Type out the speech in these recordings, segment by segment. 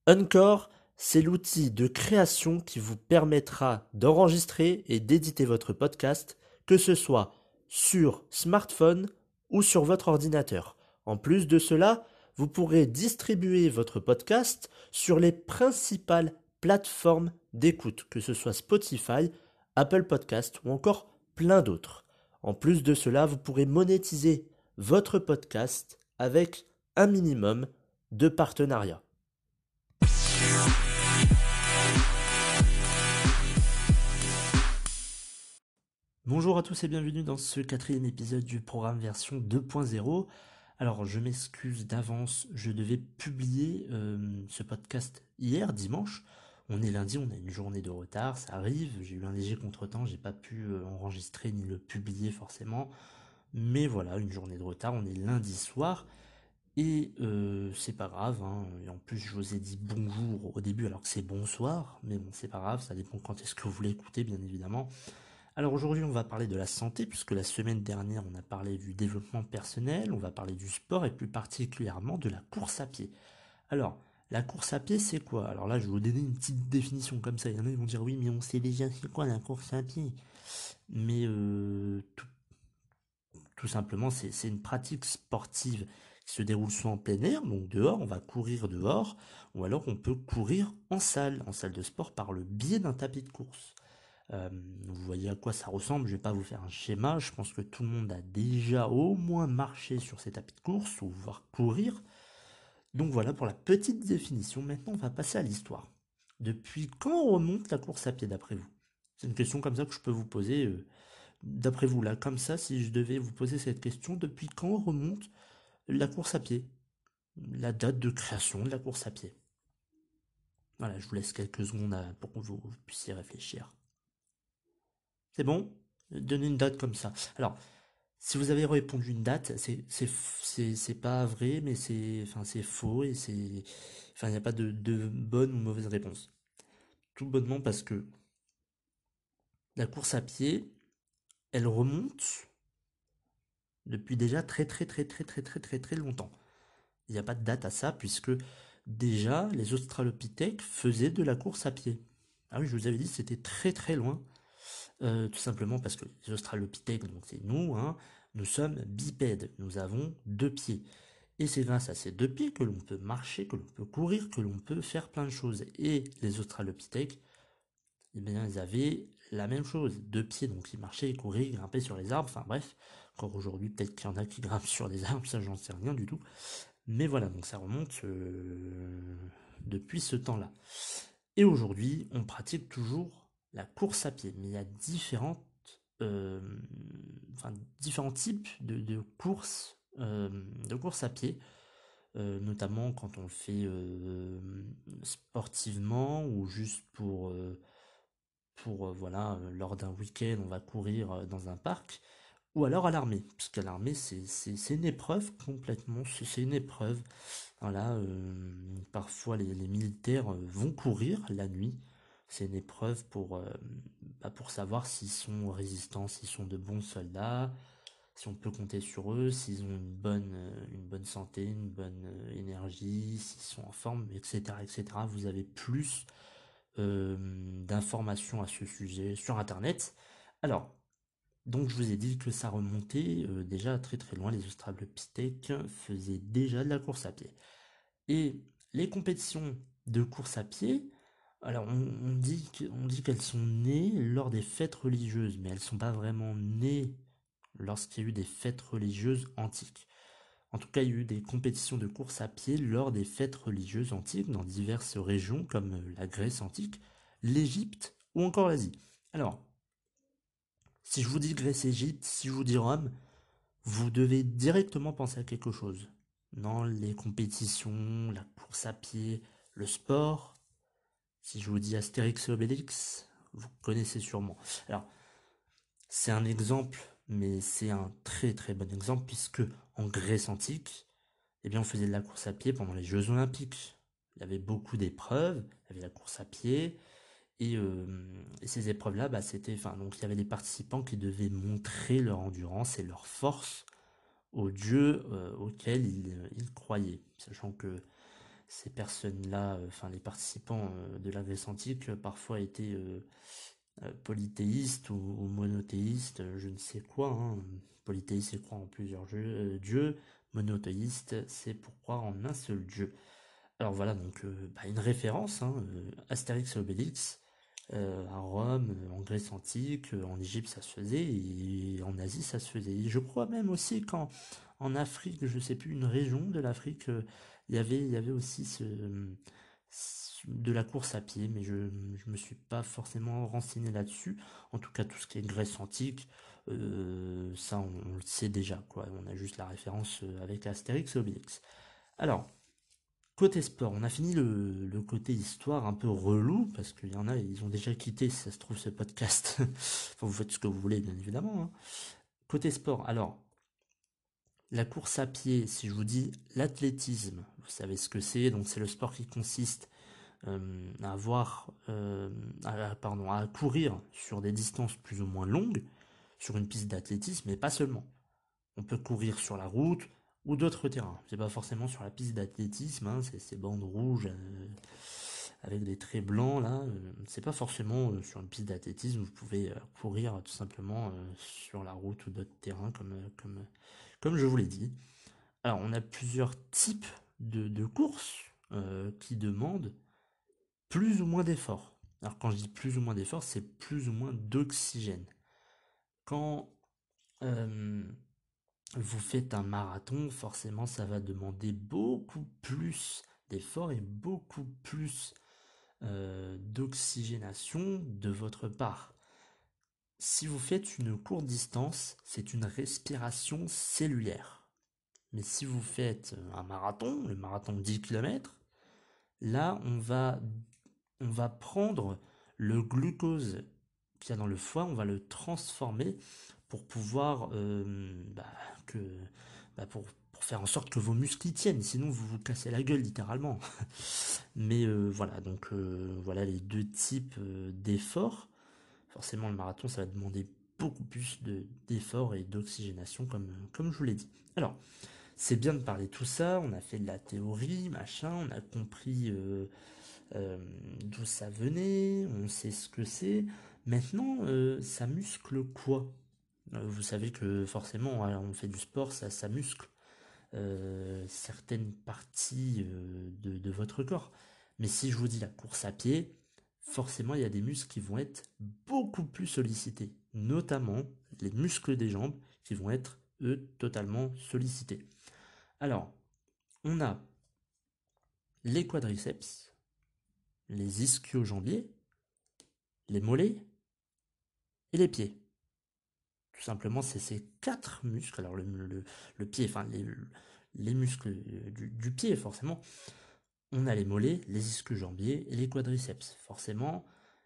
Anchor, c'est l'outil de création qui vous permettra d'enregistrer et d'éditer votre podcast, que ce soit sur smartphone ou sur votre ordinateur. En plus de cela, vous pourrez distribuer votre podcast sur les principales plateformes d'écoute, que ce soit Spotify, Apple Podcast ou encore plein d'autres. En plus de cela, vous pourrez monétiser votre podcast avec un minimum de partenariats. Bonjour à tous et bienvenue dans ce quatrième épisode du programme version 2.0. Alors je m'excuse d'avance, je devais publier ce podcast hier, dimanche. On est lundi, on a une journée de retard, ça arrive, j'ai eu un léger contretemps, j'ai pas pu enregistrer ni le publier forcément. Mais voilà, une journée de retard, on est lundi soir. Et c'est pas grave, hein. Et en plus je vous ai dit bonjour au début alors que c'est bonsoir, mais bon c'est pas grave, ça dépend quand est-ce que vous voulez écouter bien évidemment. Alors aujourd'hui, on va parler de la santé, puisque la semaine dernière, on a parlé du développement personnel, on va parler du sport et plus particulièrement de la course à pied. Alors, la course à pied, c'est quoi? Alors là, je vais vous donner une petite définition comme ça. Il y en a qui vont dire oui, mais on sait déjà c'est quoi la course à pied. Mais tout simplement, c'est une pratique sportive qui se déroule soit en plein air, donc dehors, on va courir dehors, ou alors on peut courir en salle de sport par le biais d'un tapis de course. Vous voyez à quoi ça ressemble, je vais pas vous faire un schéma, je pense que tout le monde a déjà au moins marché sur ces tapis de course ou voire courir. Donc voilà pour la petite définition, maintenant on va passer à l'histoire. Depuis quand remonte la course à pied d'après vous? C'est une question comme ça que je peux vous poser, d'après vous là, comme ça, si je devais vous poser cette question, depuis quand remonte la course à pied? La date de création de la course à pied. Voilà, je vous laisse quelques secondes pour que vous puissiez réfléchir. C'est bon? Donnez une date comme ça. Alors, si vous avez répondu une date, c'est pas vrai, mais c'est faux et il n'y a pas de bonne ou mauvaise réponse. Tout bonnement parce que la course à pied, elle remonte depuis déjà très longtemps. Il n'y a pas de date à ça puisque déjà les Australopithèques faisaient de la course à pied. Ah oui, je vous avais dit c'était très loin. Tout simplement parce que les Australopithèques, donc c'est nous, hein, nous sommes bipèdes, nous avons deux pieds. Et c'est grâce à ces deux pieds que l'on peut marcher, que l'on peut courir, que l'on peut faire plein de choses. Et les Australopithèques, eh bien, ils avaient la même chose, deux pieds, donc ils marchaient, ils couraient, ils grimpaient sur les arbres, enfin bref, encore aujourd'hui peut-être qu'il y en a qui grimpent sur des arbres, ça j'en sais rien du tout. Mais voilà, donc ça remonte depuis ce temps-là. Et aujourd'hui, on pratique toujours la course à pied, mais il y a euh, différents types de courses à pied, notamment quand on le fait sportivement ou juste voilà, lors d'un week-end, on va courir dans un parc. Ou alors à l'armée, parce qu'à l'armée, c'est une épreuve complètement, c'est une épreuve. Voilà, parfois les militaires vont courir la nuit. C'est une épreuve pour savoir s'ils sont résistants, s'ils sont de bons soldats, si on peut compter sur eux, s'ils ont une bonne santé, une bonne énergie, s'ils sont en forme, etc., etc. Vous avez plus d'informations à ce sujet sur Internet. Alors, donc je vous ai dit que ça remontait déjà très loin, les Australopithèques faisaient déjà de la course à pied. Et les compétitions de course à pied, alors on dit qu'elles sont nées lors des fêtes religieuses, mais elles ne sont pas vraiment nées lorsqu'il y a eu des fêtes religieuses antiques. En tout cas, il y a eu des compétitions de course à pied lors des fêtes religieuses antiques dans diverses régions comme la Grèce antique, l'Égypte ou encore l'Asie. Alors, si je vous dis Grèce-Égypte, si je vous dis Rome, vous devez directement penser à quelque chose. Non, les compétitions, la course à pied, le sport. Si je vous dis Astérix et Obélix, vous connaissez sûrement. Alors, c'est un exemple, mais c'est un très bon exemple puisque en Grèce antique, eh bien, on faisait de la course à pied pendant les Jeux Olympiques. Il y avait beaucoup d'épreuves, il y avait la course à pied, et ces épreuves-là, bah, donc il y avait des participants qui devaient montrer leur endurance et leur force au dieu auquel ils croyaient. Sachant que ces personnes-là, enfin les participants de la Grèce antique, parfois étaient polythéistes ou monothéistes, je ne sais quoi. Hein. Polythéiste, c'est croire en plusieurs dieux. Monothéiste, c'est pour croire en un seul dieu. Alors voilà, donc une référence, hein, Astérix et Obélix, à Rome, en Grèce antique, en Égypte ça se faisait, et en Asie ça se faisait. Et je crois même aussi qu'en en Afrique, je sais plus, une région de l'Afrique, il y avait aussi de la course à pied, mais je me suis pas forcément renseigné là-dessus. En tout cas, tout ce qui est Grèce antique, ça on le sait déjà, quoi. On a juste la référence avec Astérix et Obélix. Alors, côté sport, on a fini le côté histoire un peu relou, parce qu'il y en a, ils ont déjà quitté, si ça se trouve, ce podcast. Enfin, vous faites ce que vous voulez, bien évidemment. Hein. Côté sport, alors, la course à pied, si je vous dis l'athlétisme, vous savez ce que c'est, donc c'est le sport qui consiste à à courir sur des distances plus ou moins longues, sur une piste d'athlétisme, mais pas seulement. On peut courir sur la route ou d'autres terrains. C'est pas forcément sur la piste d'athlétisme, hein, c'est ces bandes rouges avec des traits blancs là. C'est pas forcément sur une piste d'athlétisme. Vous pouvez courir tout simplement sur la route ou d'autres terrains comme je vous l'ai dit. Alors on a plusieurs types de courses qui demandent plus ou moins d'efforts. Alors quand je dis plus ou moins d'efforts, c'est plus ou moins d'oxygène. Quand euh, vous faites un marathon, forcément ça va demander beaucoup plus d'efforts et beaucoup plus d'oxygénation de votre part. Si vous faites une courte distance, c'est une respiration cellulaire. Mais si vous faites un marathon, le marathon de 10 km, là on va prendre le glucose qu'il y a dans le foie, on va le transformer pour pouvoir que pour faire en sorte que vos muscles y tiennent, sinon vous vous cassez la gueule littéralement. Mais voilà, donc voilà les deux types d'efforts. Forcément, le marathon, ça va demander beaucoup plus d'efforts et d'oxygénation, comme je vous l'ai dit. Alors, c'est bien de parler de tout ça, on a fait de la théorie, machin, on a compris d'où ça venait, on sait ce que c'est. Maintenant, ça muscle quoi? Vous savez que forcément, hein, on fait du sport, ça muscle certaines parties de votre corps. Mais si je vous dis la course à pied, forcément, il y a des muscles qui vont être beaucoup plus sollicités, notamment les muscles des jambes qui vont être, eux, totalement sollicités. Alors, on a les quadriceps, les ischio-jambiers, les mollets et les pieds. Tout simplement, c'est ces quatre muscles. Alors, le pied, enfin, les muscles du pied, forcément. On a les mollets, les ischio-jambiers et les quadriceps. Forcément,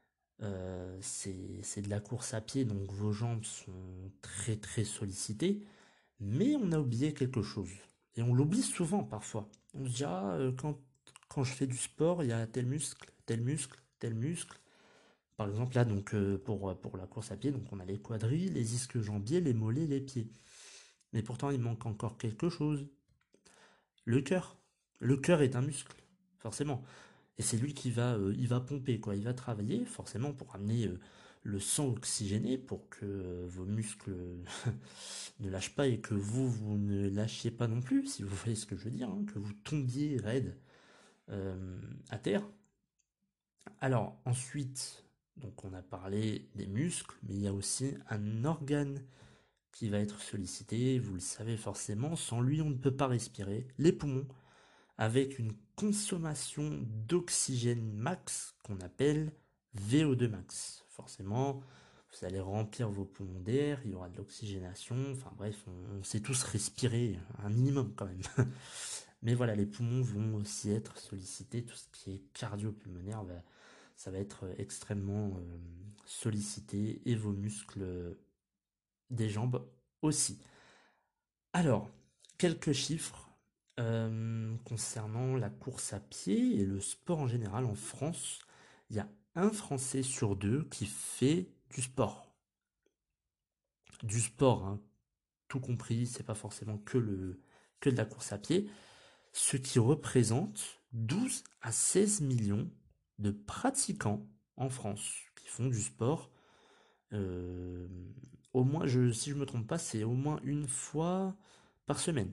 c'est de la course à pied, donc vos jambes sont très très sollicitées. Mais on a oublié quelque chose. Et on l'oublie souvent parfois. On se dit, ah, quand je fais du sport, il y a tel muscle, tel muscle, tel muscle. Par exemple, là, donc, pour la course à pied, donc on a les quadris, les ischio-jambiers, les mollets, les pieds. Mais pourtant, il manque encore quelque chose. Le cœur. Le cœur est un muscle, forcément. Et c'est lui qui il va pomper, quoi. Il va travailler, forcément, pour amener le sang oxygéné pour que vos muscles ne lâchent pas et que vous ne lâchiez pas non plus, si vous voyez ce que je veux dire, hein, que vous tombiez raide à terre. Alors, ensuite, donc on a parlé des muscles, mais il y a aussi un organe qui va être sollicité, vous le savez forcément, sans lui on ne peut pas respirer, les poumons, avec une consommation d'oxygène max qu'on appelle VO2 max. Forcément, vous allez remplir vos poumons d'air, il y aura de l'oxygénation, enfin bref, on sait tous respirer un minimum quand même. Mais voilà, les poumons vont aussi être sollicités, tout ce qui est cardio-pulmonaire, ça va être extrêmement sollicité et vos muscles des jambes aussi. Alors, quelques chiffres concernant la course à pied et le sport en général en France. Il y a un Français sur deux qui fait du sport. Du sport, hein, tout compris, c'est pas forcément que de la course à pied. Ce qui représente 12 à 16 millions de pratiquants en France qui font du sport. euh, Au moins, si je me trompe pas, c'est au moins une fois par semaine.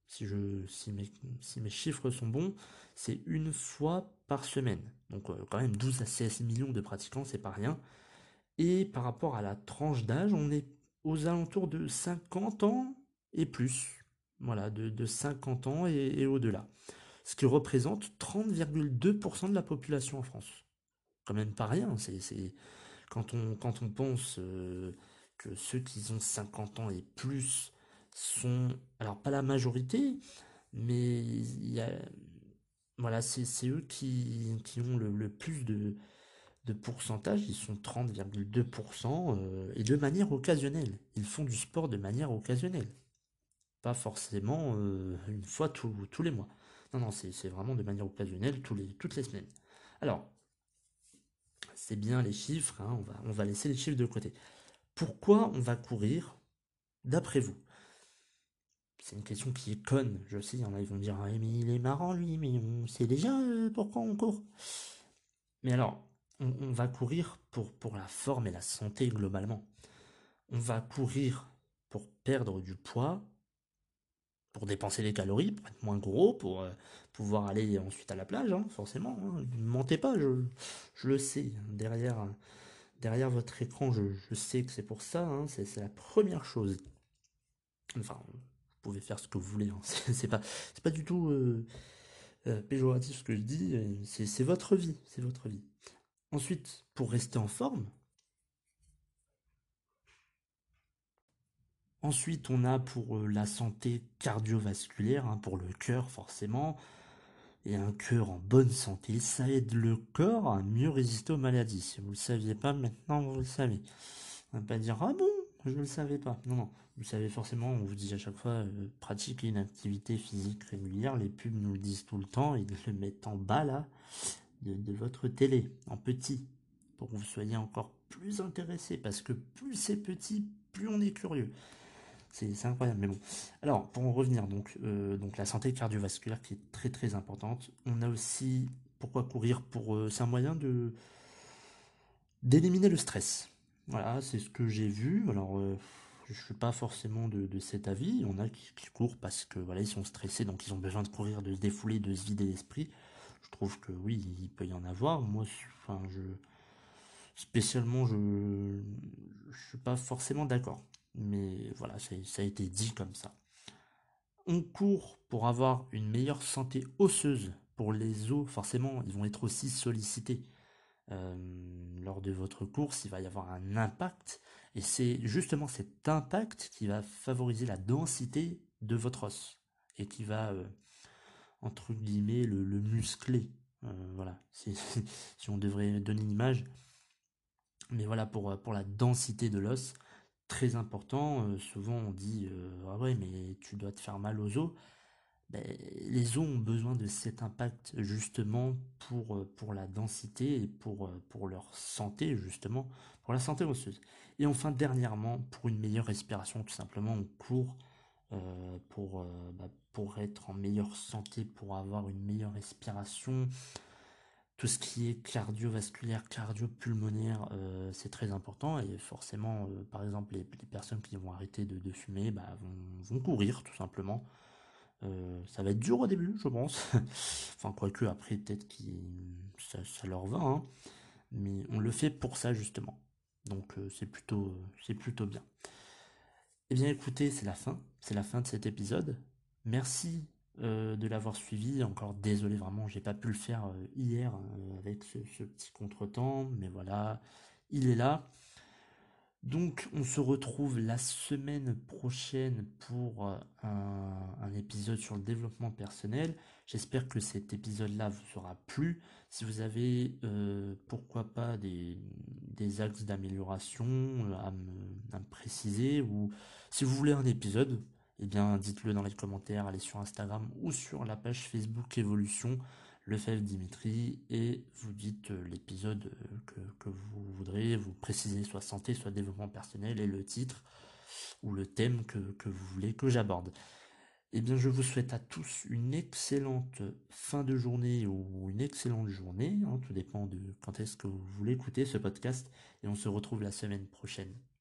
Si mes chiffres sont bons, c'est une fois par semaine. Donc quand même 12 à 16 millions de pratiquants, c'est pas rien. Et par rapport à la tranche d'âge, on est aux alentours de 50 ans et plus. Voilà, de 50 ans et au-delà. Ce qui représente 30,2% de la population en France. Quand même pas rien. Quand on pense que ceux qui ont 50 ans et plus sont, alors pas la majorité, mais voilà, c'est eux qui ont le plus de pourcentage, ils sont 30,2% et de manière occasionnelle. Ils font du sport de manière occasionnelle, pas forcément une fois tous les mois. Non, non, c'est vraiment de manière occasionnelle toutes les semaines. Alors, c'est bien les chiffres, hein, on va laisser les chiffres de côté. Pourquoi on va courir, d'après vous? C'est une question qui est conne, je sais, il y en a, ils vont dire, ah, mais il est marrant lui, mais on sait déjà pourquoi on court. Mais alors, on va courir pour la forme et la santé globalement. On va courir pour perdre du poids, pour dépenser les calories, pour être moins gros, pour pouvoir aller ensuite à la plage, hein, forcément. Hein. Ne mentez pas, je le sais. Derrière votre écran, je sais que c'est pour ça, hein, c'est la première chose. Enfin, vous pouvez faire ce que vous voulez, hein. C'est pas du tout péjoratif ce que je dis, c'est votre vie, c'est votre vie. Ensuite, pour rester en forme, ensuite on a pour la santé cardiovasculaire, hein, pour le cœur forcément, et un cœur en bonne santé, ça aide le corps à mieux résister aux maladies. Si vous ne le saviez pas, maintenant vous le savez. On va pas dire ah bon, je ne le savais pas. Non, non, vous savez forcément, on vous dit à chaque fois, pratiquez une activité physique régulière. Les pubs nous le disent tout le temps, ils le mettent en bas là de votre télé, en petit, pour que vous soyez encore plus intéressé, parce que plus c'est petit, plus on est curieux. C'est incroyable, mais bon. Alors, pour en revenir, donc la santé cardiovasculaire qui est très très importante. On a aussi, pourquoi courir pour, c'est un moyen d'éliminer le stress. Voilà, c'est ce que j'ai vu. Alors, je suis pas forcément de cet avis. Il y en a qui courent parce que voilà, ils sont stressés, donc ils ont besoin de courir, de se défouler, de se vider l'esprit. Je trouve que oui, il peut y en avoir. Moi, enfin, spécialement, je suis pas forcément d'accord. Mais voilà, ça a été dit comme ça. On court pour avoir une meilleure santé osseuse. Pour les os, forcément, ils vont être aussi sollicités. Euh, Lors de votre course, il va y avoir un impact. Et c'est justement cet impact qui va favoriser la densité de votre os. Et qui va, entre guillemets, le muscler. Voilà, si on devrait donner une image. Mais voilà, pour la densité de l'os, très important. Souvent on dit ah ouais, mais tu dois te faire mal aux os. Ben, les os ont besoin de cet impact justement pour la densité et pour leur santé, justement, pour la santé osseuse. Et enfin, dernièrement, pour une meilleure respiration, tout simplement, on court pour être en meilleure santé, pour avoir une meilleure respiration. Tout ce qui est cardiovasculaire, cardiopulmonaire, c'est très important. Et forcément, par exemple, les personnes qui vont arrêter de fumer bah, vont courir, tout simplement. Ça va être dur au début, je pense. Enfin, quoique après, peut-être que ça leur va, hein. Mais on le fait pour ça, justement. Donc, c'est plutôt bien. Eh bien, écoutez, c'est la fin. C'est la fin de cet épisode. Merci de l'avoir suivi. Encore désolé, vraiment, j'ai pas pu le faire hier avec ce petit contretemps. Mais voilà, il est là. Donc, on se retrouve la semaine prochaine pour un épisode sur le développement personnel. J'espère que cet épisode-là vous aura plu. Si vous avez, pourquoi pas, des axes d'amélioration à me préciser, ou si vous voulez un épisode, eh bien, dites-le dans les commentaires, allez sur Instagram ou sur la page Facebook Evolution. Lefebvre Dimitri, et vous dites l'épisode que vous voudrez, vous précisez soit santé, soit développement personnel, et le titre ou le thème que vous voulez que j'aborde. Eh bien, je vous souhaite à tous une excellente fin de journée ou une excellente journée, hein, tout dépend de quand est-ce que vous voulez écouter ce podcast, et on se retrouve la semaine prochaine.